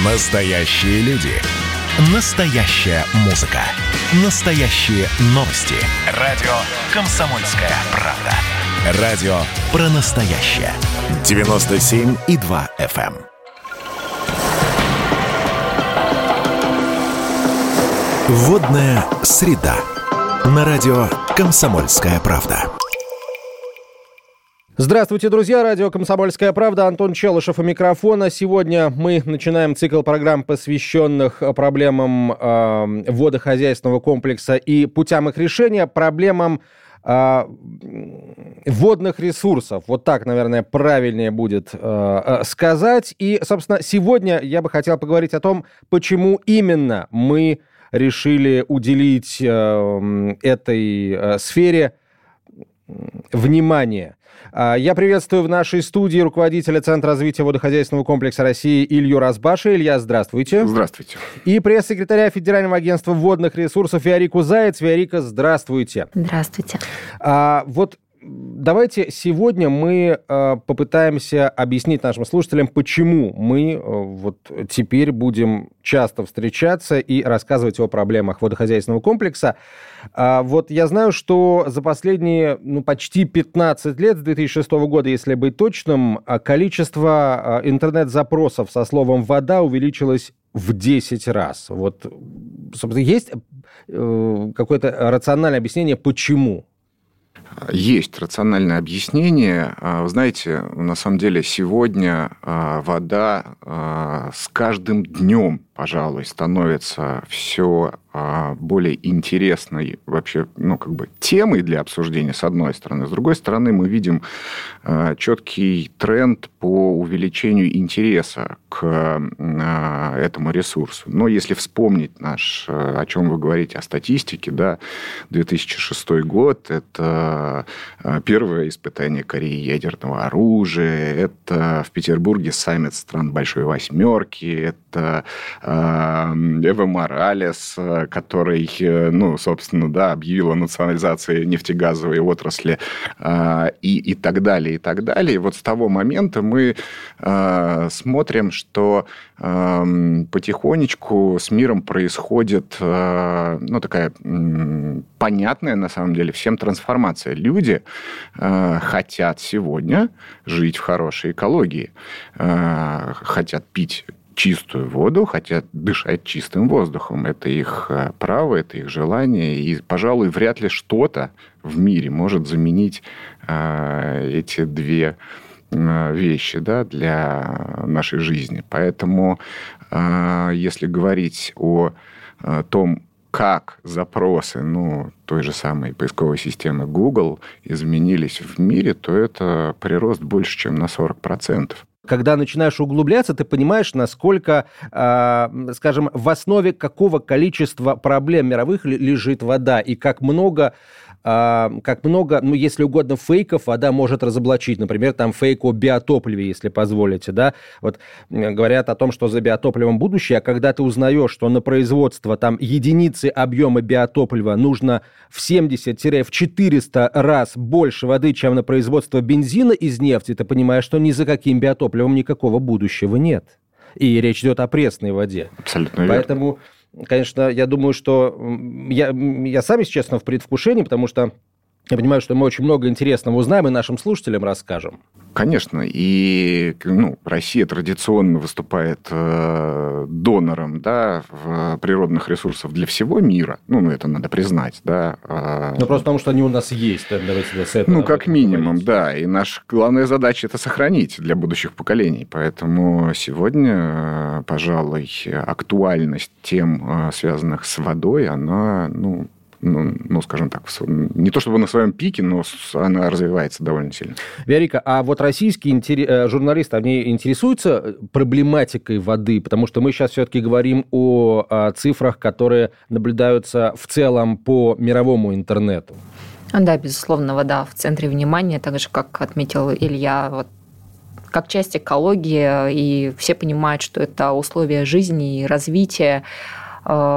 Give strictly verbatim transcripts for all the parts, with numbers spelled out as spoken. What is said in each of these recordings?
Настоящие люди. Настоящая музыка. Настоящие новости. Радио «Комсомольская правда». Радио про настоящее. девяносто семь и два эф эм. Водная среда. На радио «Комсомольская правда». Здравствуйте, друзья. Радио «Комсомольская правда». Антон Челышев у микрофона. Сегодня мы начинаем цикл программ, посвященных проблемам э, водохозяйственного комплекса и путям их решения, проблемам э, водных ресурсов. Вот так, наверное, правильнее будет э, сказать. И, собственно, сегодня я бы хотел поговорить о том, почему именно мы решили уделить э, этой э, сфере внимание. Я приветствую в нашей студии руководителя Центра развития водохозяйственного комплекса России Илью Разбаша. Илья, здравствуйте. Здравствуйте. И пресс-секретаря Федерального агентства водных ресурсов Виорику Заяц. Виорика, здравствуйте. Здравствуйте. А, вот давайте сегодня мы э, попытаемся объяснить нашим слушателям, почему мы э, вот теперь будем часто встречаться и рассказывать о проблемах водохозяйственного комплекса. А, вот я знаю, что за последние ну, почти пятнадцать лет, с две тысячи шестого года, если быть точным, количество интернет-запросов со словом «вода» увеличилось в десять раз. Вот, собственно, есть э, какое-то рациональное объяснение, почему? Есть рациональное объяснение. Вы знаете, на самом деле сегодня вода с каждым днем, пожалуй, становится все более интересной вообще, ну, как бы темой для обсуждения, с одной стороны. С другой стороны, мы видим четкий тренд по увеличению интереса к этому ресурсу. Но если вспомнить наш, о чем вы говорите, о статистике, да, две тысячи шестой год, это первое испытание Кореи ядерного оружия, это в Петербурге саммит стран Большой Восьмерки, это Эва Моралес, который, ну, собственно, да, объявил о национализации нефтегазовой отрасли и, и так далее, и так далее. И вот с того момента мы смотрим, что потихонечку с миром происходит, ну, такая понятная, на самом деле, всем трансформация. Люди хотят сегодня жить в хорошей экологии, хотят пить чистую воду, хотят дышать чистым воздухом. Это их право, это их желание. И, пожалуй, вряд ли что-то в мире может заменить э, эти две э, вещи, да, для нашей жизни. Поэтому, э, если говорить о э, том, как запросы, ну, той же самой поисковой системы Google изменились в мире, то это прирост больше, чем на сорок процентов. Когда начинаешь углубляться, ты понимаешь, насколько, э, скажем, в основе какого количества проблем мировых лежит вода, и как много, э, как много, ну, если угодно, фейков вода может разоблачить. Например, там фейк о биотопливе, если позволите, да. Вот говорят о том, что за биотопливом будущее, а когда ты узнаешь, что на производство там единицы объема биотоплива нужно в семьдесят-четыреста раз больше воды, чем на производство бензина из нефти, ты понимаешь, что ни за каким биотопливом никакого будущего нет. И речь идет о пресной воде. Абсолютно верно. Поэтому, конечно, я думаю, что я, я сам, если честно, в предвкушении, потому что я понимаю, что мы очень много интересного узнаем и нашим слушателям расскажем. Конечно. И, ну, Россия традиционно выступает э, донором, да, в природных ресурсов для всего мира. Ну, это надо признать, да. Ну, просто потому, что они у нас есть. Давайте с этого. Ну, как минимум, говорить. Да. И наша главная задача – это сохранить для будущих поколений. Поэтому сегодня, пожалуй, актуальность тем, связанных с водой, она, ну, Ну, ну, скажем так, не то чтобы на своем пике, но она развивается довольно сильно. Виорика, а вот российские интер... журналисты, они интересуются проблематикой воды? Потому что мы сейчас все-таки говорим о, о цифрах, которые наблюдаются в целом по мировому интернету. Да, безусловно, вода в центре внимания, так же, как отметил Илья, вот, как часть экологии, и все понимают, что это условия жизни и развития.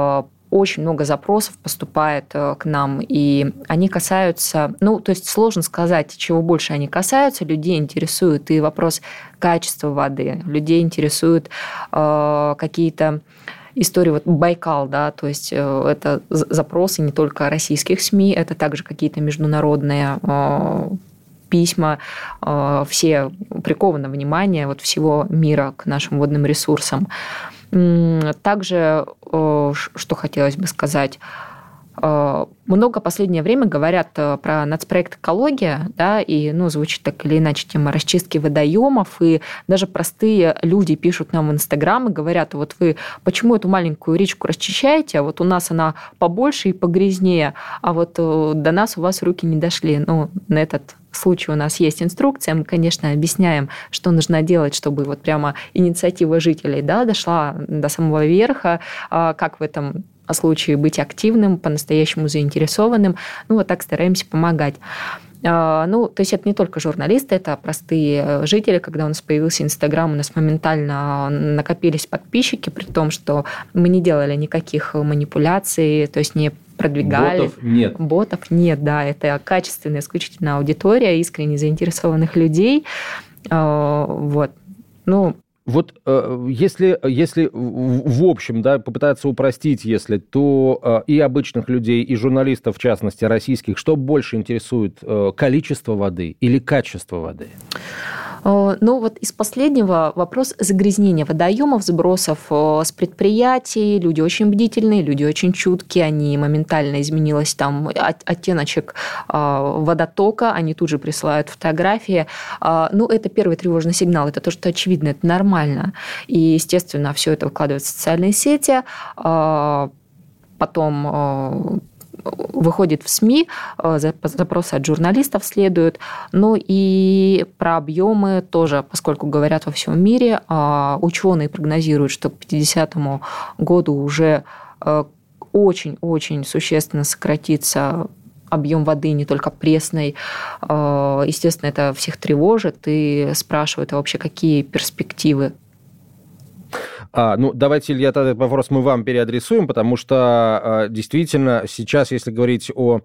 очень много запросов поступает к нам, и они касаются, ну, то есть сложно сказать, чего больше они касаются. Людей интересует и вопрос качества воды, людей интересуют э, какие-то истории, вот Байкал, да, то есть это запросы не только российских СМИ, это также какие-то международные э, письма, э, все приковано внимание вот всего мира к нашим водным ресурсам. Также, что хотелось бы сказать, много в последнее время говорят про нацпроект «Экология», да, и ну, звучит так или иначе тема расчистки водоемов, и даже простые люди пишут нам в Инстаграм и говорят, вот вы почему эту маленькую речку расчищаете, а вот у нас она побольше и погрязнее, а вот до нас у вас руки не дошли. Ну, на этот случай у нас есть инструкция, мы, конечно, объясняем, что нужно делать, чтобы вот прямо инициатива жителей, да, дошла до самого верха, как в этом случае быть активным, по-настоящему заинтересованным. Ну, вот так стараемся помогать. Ну, то есть это не только журналисты, это простые жители. Когда у нас появился Инстаграм, у нас моментально накопились подписчики, при том, что мы не делали никаких манипуляций, то есть не продвигали. Ботов нет. Ботов нет, да. Это качественная, исключительно аудитория, искренне заинтересованных людей. Вот. Ну, Вот если, если в общем, да, попытаться упростить, если, то и обычных людей, и журналистов, в частности, российских, что больше интересует, количество воды или качество воды? Ну, вот из последнего вопрос загрязнения водоемов, сбросов с предприятий. Люди очень бдительные, люди очень чуткие, они моментально изменилось там оттеночек водотока, они тут же присылают фотографии. Ну, это первый тревожный сигнал, это то, что очевидно, это нормально. И, естественно, все это выкладывается в социальные сети, потом выходит в СМИ, запросы от журналистов следуют. Ну и про объемы тоже, поскольку говорят во всем мире, ученые прогнозируют, что к пятидесятому году уже очень-очень существенно сократится объем воды, не только пресной. Естественно, это всех тревожит и спрашивают, а вообще какие перспективы. А, ну, давайте, Илья, этот вопрос мы вам переадресуем, потому что действительно сейчас, если говорить о...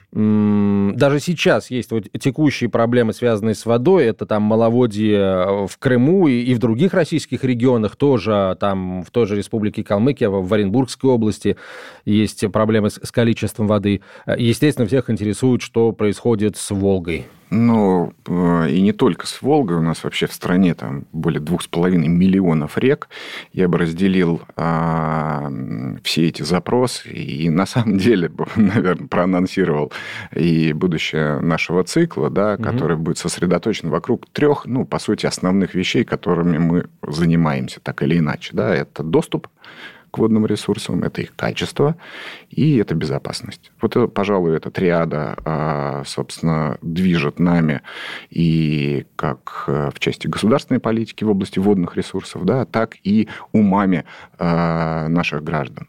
Даже сейчас есть вот текущие проблемы, связанные с водой. Это там маловодье в Крыму и, и в других российских регионах тоже. Там в той же Республике Калмыкия, в Оренбургской области есть проблемы с, с количеством воды. Естественно, всех интересует, что происходит с Волгой. Ну, и не только с Волгой. У нас вообще в стране там более двух с половиной миллионов рек. Я бы разделил а, все эти запросы и на самом деле, наверное, проанонсировал и будущее нашего цикла, да, угу. который будет сосредоточен вокруг трех, ну, по сути, основных вещей, которыми мы занимаемся так или иначе. Да. Это доступ к водным ресурсам, это их качество и это безопасность. Вот, это, пожалуй, эта триада, собственно, движет нами и как в части государственной политики в области водных ресурсов, да, так и умами наших граждан.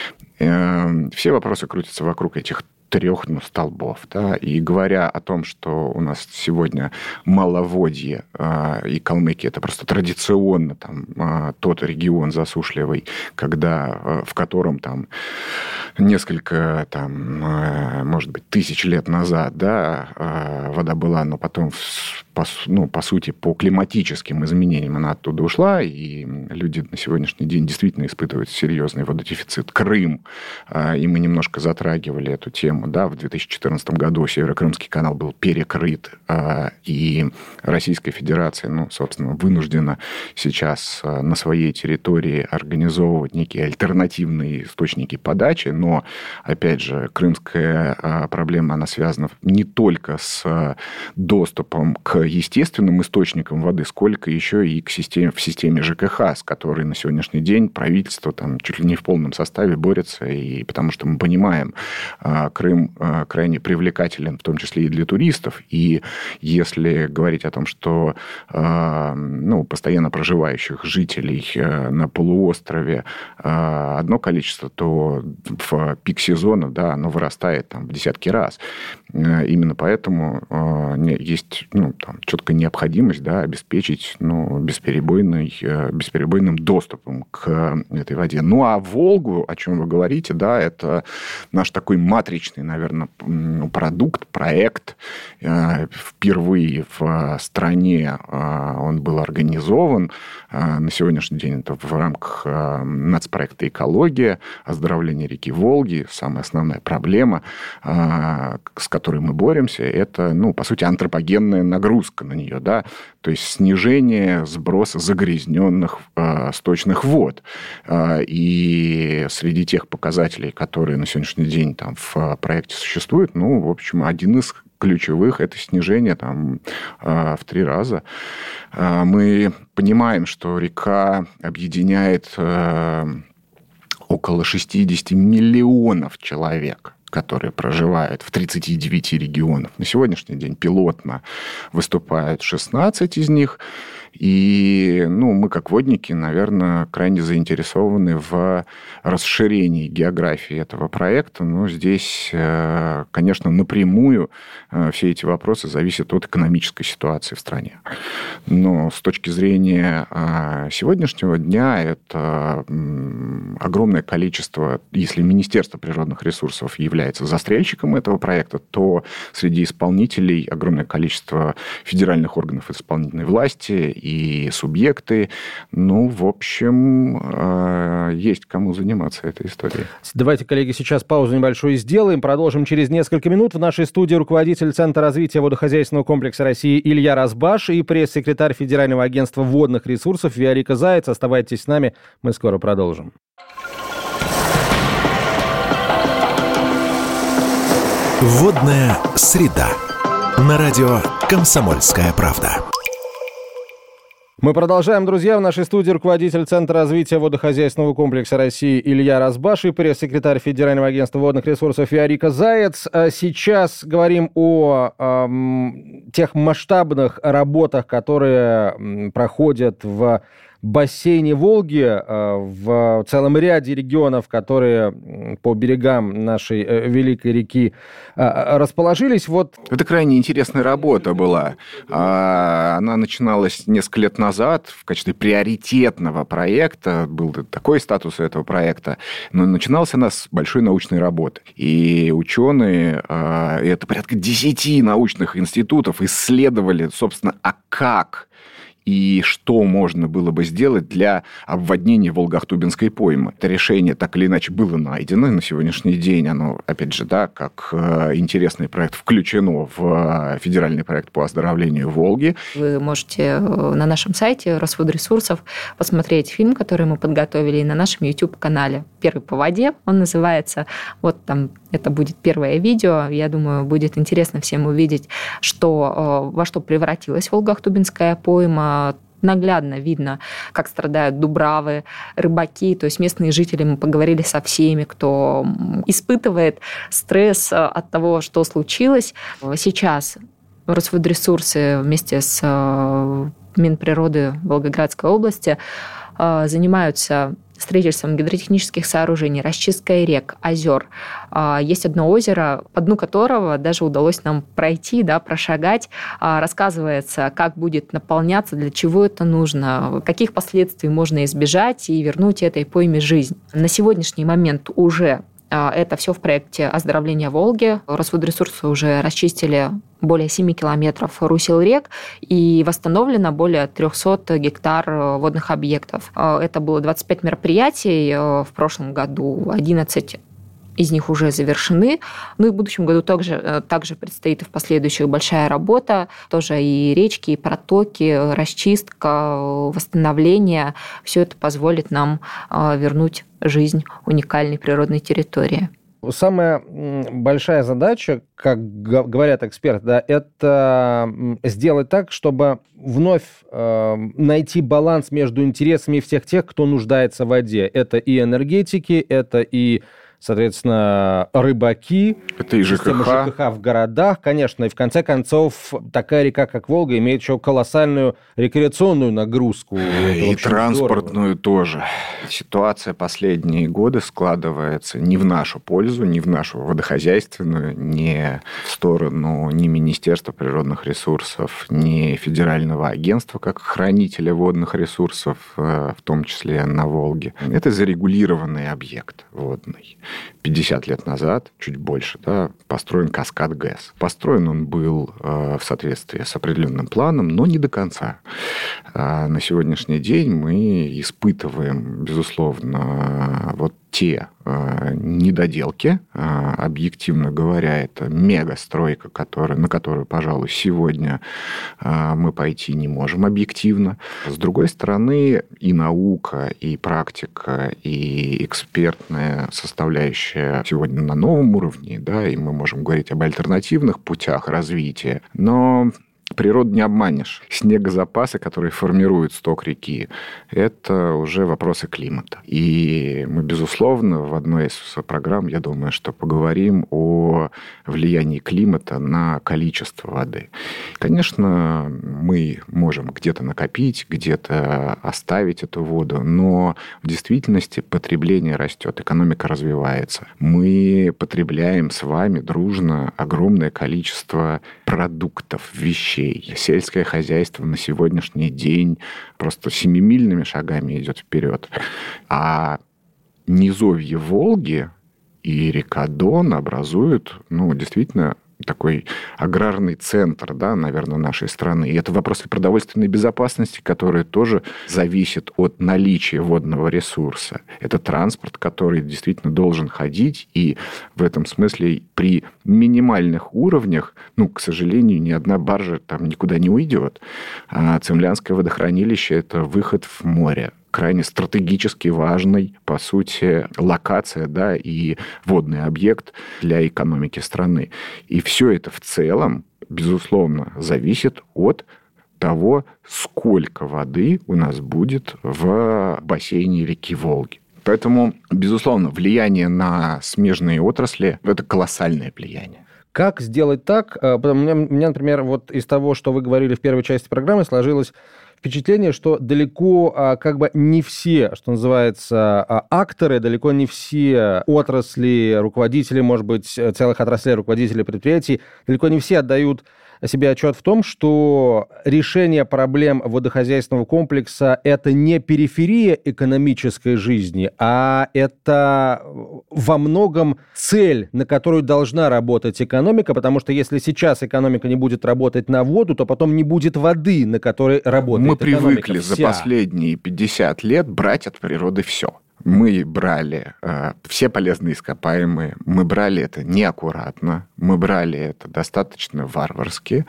Все вопросы крутятся вокруг этих трех ну, столбов. Да? И говоря о том, что у нас сегодня маловодье э, и Калмыкия, это просто традиционно там, э, тот регион засушливый, когда, э, в котором там, несколько, там, э, может быть, тысяч лет назад да, э, вода была, но потом, по, ну, по сути, по климатическим изменениям она оттуда ушла, и люди на сегодняшний день действительно испытывают серьезный вододефицит. Крым, э, и мы немножко затрагивали эту тему. Да, в две тысячи четырнадцатом году Северокрымский канал был перекрыт, и Российская Федерация, ну, собственно, вынуждена сейчас на своей территории организовывать некие альтернативные источники подачи, но, опять же, крымская проблема, она связана не только с доступом к естественным источникам воды, сколько еще и к системе, в системе ЖКХ, с которой на сегодняшний день правительство там чуть ли не в полном составе борется, и потому что мы понимаем, Крым крайне привлекателен, в том числе и для туристов. И если говорить о том, что ну, постоянно проживающих жителей на полуострове одно количество, то в пик сезона да, оно вырастает там, в десятки раз. Именно поэтому есть ну, там, там, четкая необходимость, да, обеспечить ну, бесперебойный, бесперебойным доступом к этой воде. Ну, а Волгу, о чем вы говорите, да, это наш такой матричный, наверное, продукт, проект. Впервые в стране он был организован. На сегодняшний день это в рамках нацпроекта «Экология», оздоровление реки Волги. Самая основная проблема, с которой мы боремся, это, ну, по сути, антропогенная нагрузка на нее, да, то есть снижение сброса загрязненных э, сточных вод. Э, и среди тех показателей, которые на сегодняшний день там в проекте существуют, ну, в общем, один из ключевых – это снижение там, э, в три раза. Э, мы понимаем, что река объединяет э, около шестьдесят миллионов человек, которые проживают в тридцати девяти регионах. На сегодняшний день пилотно выступают шестнадцать из них. И ну, мы, как водники, наверное, крайне заинтересованы в расширении географии этого проекта. Но здесь, конечно, напрямую все эти вопросы зависят от экономической ситуации в стране. Но с точки зрения сегодняшнего дня это огромное количество, если Министерство природных ресурсов является застрельщиком этого проекта, то среди исполнителей огромное количество федеральных органов исполнительной власти и субъекты. Ну, в общем, есть кому заниматься этой историей. Давайте, коллеги, сейчас паузу небольшую сделаем. Продолжим через несколько минут. В нашей студии руководитель Центра развития водохозяйственного комплекса России Илья Разбаш и пресс-секретарь Федерального агентства водных ресурсов Виолика Заяц. Оставайтесь с нами, мы скоро продолжим. Водная среда. На радио «Комсомольская правда». Мы продолжаем, друзья. В нашей студии руководитель Центра развития водохозяйственного комплекса России Илья Разбаш и пресс-секретарь Федерального агентства водных ресурсов Виолика Заяц. Сейчас говорим о э, тех масштабных работах, которые проходят в бассейне Волги, в целом ряде регионов, которые по берегам нашей великой реки расположились. Вот. Это крайне интересная работа была. Она начиналась несколько лет назад в качестве приоритетного проекта. Был такой статус у этого проекта. Но начиналась она с большой научной работы. И ученые, это порядка десяти научных институтов, исследовали, собственно, а как и что можно было бы сделать для обводнения Волго-Ахтубинской поймы. Это решение так или иначе было найдено. На сегодняшний день оно, опять же, да, как интересный проект включено в федеральный проект по оздоровлению Волги. Вы можете на нашем сайте Росводресурсов посмотреть фильм, который мы подготовили, и на нашем YouTube-канале «Первый по воде». Он называется. Вот там это будет первое видео. Я думаю, будет интересно всем увидеть, что, во что превратилась Волго-Ахтубинская пойма. Наглядно видно, как страдают дубравы, рыбаки, то есть местные жители. Мы поговорили со всеми, кто испытывает стресс от того, что случилось. Сейчас Росводресурсы вместе с Минприроды Волгоградской области занимаются строительством гидротехнических сооружений, расчисткой рек, озер. Есть одно озеро, по дну которого даже удалось нам пройти, да, прошагать. Рассказывается, как будет наполняться, для чего это нужно, каких последствий можно избежать и вернуть этой пойме жизнь. На сегодняшний момент уже это все в проекте оздоровления Волги. Росводресурсы уже расчистили более семи километров русел рек и восстановлено более трехсот гектар водных объектов. Это было двадцать пять мероприятий в прошлом году, одиннадцать из них уже завершены. Ну и в будущем году также, также предстоит и в последующих большая работа. Тоже и речки, и протоки, расчистка, восстановление. Все это позволит нам вернуть жизнь уникальной природной территории. Самая большая задача, как говорят эксперты, да, это сделать так, чтобы вновь э, найти баланс между интересами всех тех, кто нуждается в воде. Это и энергетики, это и соответственно, рыбаки. Это и ЖКХ. ЖКХ в городах, конечно. И в конце концов, такая река, как Волга, имеет еще колоссальную рекреационную нагрузку. И транспортную здорово. Тоже. Ситуация последние годы складывается не в нашу пользу, не в нашу водохозяйственную, не в сторону ни Министерства природных ресурсов, ни Федерального агентства как хранителя водных ресурсов, в том числе на Волге. Это зарегулированный объект водный. пятьдесят лет назад, чуть больше, да, построен каскад ГЭС. Построен он был в соответствии с определенным планом, но не до конца. На сегодняшний день мы испытываем, безусловно, вот те недоделки. Объективно говоря, это мегастройка, которая, на которую, пожалуй, сегодня мы пойти не можем объективно. С другой стороны, и наука, и практика, и экспертная составляющая сегодня на новом уровне, да, и мы можем говорить об альтернативных путях развития, но природу не обманешь. Снегозапасы, которые формируют сток реки, это уже вопросы климата. И мы, безусловно, в одной из программ, я думаю, что поговорим о влиянии климата на количество воды. Конечно, мы можем где-то накопить, где-то оставить эту воду, но в действительности потребление растет, экономика развивается. Мы потребляем с вами дружно огромное количество продуктов, вещей. Сельское хозяйство на сегодняшний день просто семимильными шагами идет вперед. А низовье Волги и река Дон образуют, ну, действительно, такой аграрный центр, да, наверное, нашей страны. И это вопросы продовольственной безопасности, которые тоже зависят от наличия водного ресурса. Это транспорт, который действительно должен ходить, и в этом смысле при минимальных уровнях, ну, к сожалению, ни одна баржа там никуда не уйдет. А Цимлянское водохранилище – это выход в море. Крайне стратегически важной, по сути, локация, да, и водный объект для экономики страны. И все это в целом, безусловно, зависит от того, сколько воды у нас будет в бассейне реки Волги. Поэтому, безусловно, влияние на смежные отрасли – это колоссальное влияние. Как сделать так? У меня, у меня, например, вот из того, что вы говорили в первой части программы, сложилось впечатление, что далеко как бы не все, что называется, акторы, далеко не все отрасли, руководители, может быть, целых отраслей, руководители предприятий, далеко не все отдают себе отчет в том, что решение проблем водохозяйственного комплекса – это не периферия экономической жизни, а это во многом цель, на которую должна работать экономика, потому что если сейчас экономика не будет работать на воду, то потом не будет воды, на которой работает Мы экономика. Мы привыкли вся. За последние пятьдесят лет брать от природы все. Мы брали э, все полезные ископаемые, мы брали это неаккуратно, мы брали это достаточно варварски.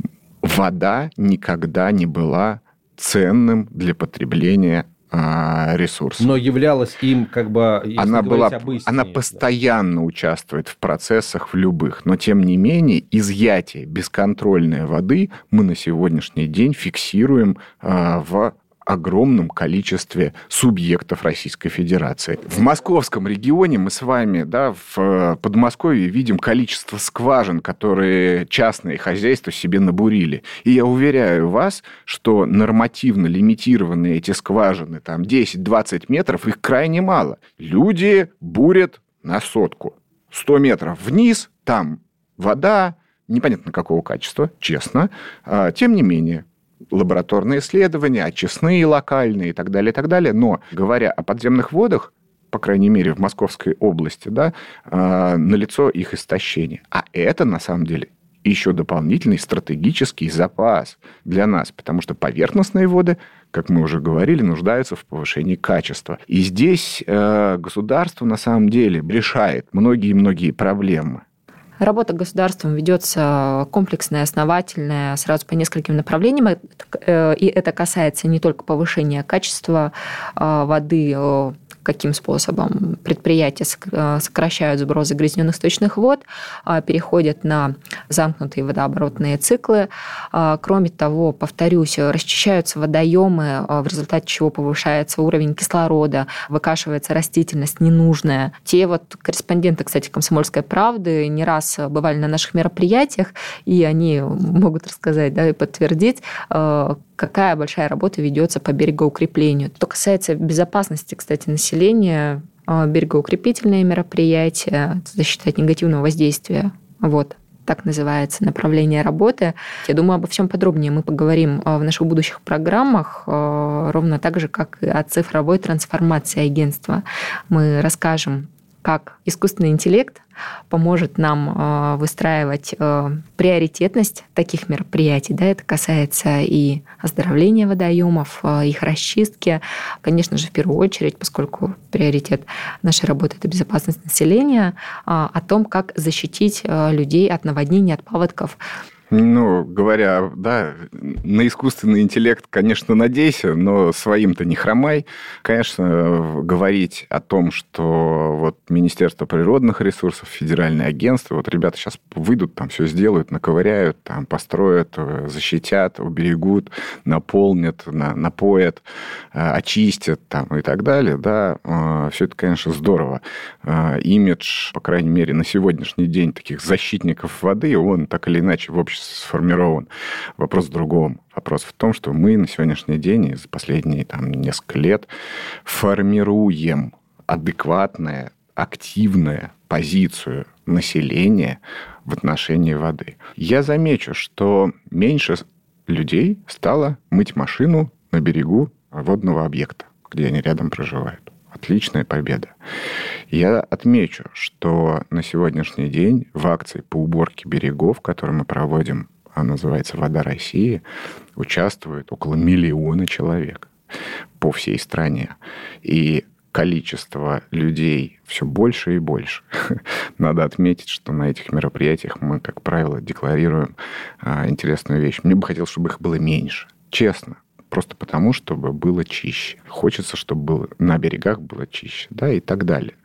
Вода никогда не была ценным для потребления э, ресурсом. Но являлась им, как бы, если она была, об истине, она постоянно да. участвует в процессах в любых, но тем не менее изъятие бесконтрольной воды мы на сегодняшний день фиксируем э, в огромном количестве субъектов Российской Федерации. В московском регионе мы с вами, да, в Подмосковье видим количество скважин, которые частные хозяйства себе набурили. И я уверяю вас, что нормативно лимитированные эти скважины, там десять-двадцать метров, их крайне мало. Люди бурят на сотку. сто метров вниз, там вода, непонятно какого качества, честно. Тем не менее, лабораторные исследования, очистные, локальные и так далее, и так далее. Но, говоря о подземных водах, по крайней мере, в Московской области, да, налицо их истощение. А это, на самом деле, еще дополнительный стратегический запас для нас, потому что поверхностные воды, как мы уже говорили, нуждаются в повышении качества. И здесь государство, на самом деле, решает многие-многие проблемы. Работа государством ведется комплексная, основательная, сразу по нескольким направлениям. И это касается не только повышения качества воды, каким способом? Предприятия сокращают сброс загрязненных сточных вод, переходят на замкнутые водооборотные циклы. Кроме того, повторюсь, расчищаются водоемы, в результате чего повышается уровень кислорода, выкашивается растительность ненужная. Те вот корреспонденты, кстати, «Комсомольской правды» не раз бывали на наших мероприятиях, и они могут рассказать, да, и подтвердить, какая большая работа ведется по берегоукреплению. Что касается безопасности, кстати, населения, берегоукрепительные мероприятия, защита от негативного воздействия, вот, так называется направление работы. Я думаю, обо всем подробнее мы поговорим в наших будущих программах, ровно так же, как и о цифровой трансформации агентства. Мы расскажем, как искусственный интеллект поможет нам выстраивать приоритетность таких мероприятий. Да, это касается и оздоровления водоемов, их расчистки. Конечно же, в первую очередь, поскольку приоритет нашей работы – это безопасность населения, о том, как защитить людей от наводнений, от паводков. Ну, говоря, да, на искусственный интеллект, конечно, надейся, но своим-то не хромай. Конечно, говорить о том, что вот Министерство природных ресурсов, федеральное агентство, вот ребята сейчас выйдут, там все сделают, наковыряют, там построят, защитят, уберегут, наполнят, на, напоят, очистят там, и так далее, да, все это, конечно, здорово. Имидж, по крайней мере, на сегодняшний день таких защитников воды, он так или иначе в обществе сформирован. Вопрос в другом. Вопрос в том, что мы на сегодняшний день и за последние там, несколько лет формируем адекватную, активную позицию населения в отношении воды. Я замечу, что меньше людей стало мыть машину на берегу водного объекта, где они рядом проживают. Отличная победа. Я отмечу, что на сегодняшний день в акции по уборке берегов, которую мы проводим, она называется «Вода России», участвует около миллиона человек по всей стране. И количество людей все больше и больше. Надо отметить, что на этих мероприятиях мы, как правило, декларируем интересную вещь. Мне бы хотелось, чтобы их было меньше. Честно. Просто потому, чтобы было чище. Хочется, чтобы было, на берегах было чище, да, и так далее.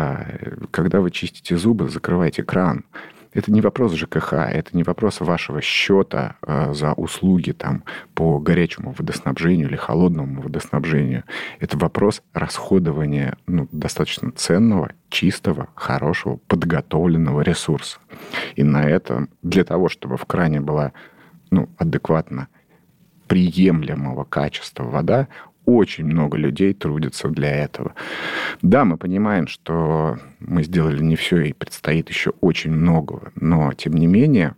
Когда вы чистите зубы, закрывайте кран. Это не вопрос ЖКХ, это не вопрос вашего счета за услуги там, по горячему водоснабжению или холодному водоснабжению. Это вопрос расходования ну, достаточно ценного, чистого, хорошего, подготовленного ресурса. И на этом, для того, чтобы в кране была ну, адекватно приемлемого качества вода, очень много людей трудятся для этого. Да, мы понимаем, что мы сделали не все, и предстоит еще очень многого. Но, тем не менее,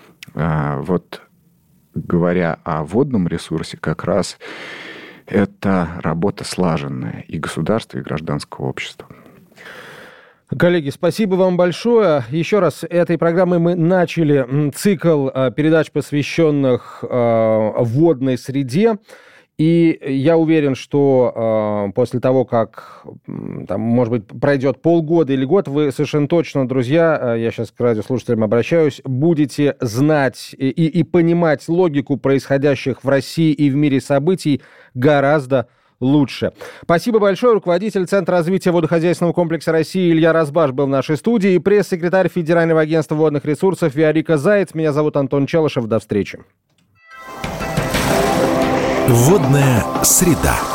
вот говоря о водном ресурсе, как раз это работа слаженная и государства, и гражданского общества. Коллеги, спасибо вам большое. Еще раз, этой программой мы начали цикл передач, посвященных водной среде. И я уверен, что после того, как, там, может быть, пройдет полгода или год, вы совершенно точно, друзья, я сейчас к радиослушателям обращаюсь, будете знать и, и понимать логику происходящих в России и в мире событий гораздо лучше. Спасибо большое. Руководитель Центра развития водохозяйственного комплекса России Илья Разбаш был в нашей студии. И пресс-секретарь Федерального агентства водных ресурсов Виорика Заяц. Меня зовут Антон Челышев. До встречи. Водная среда.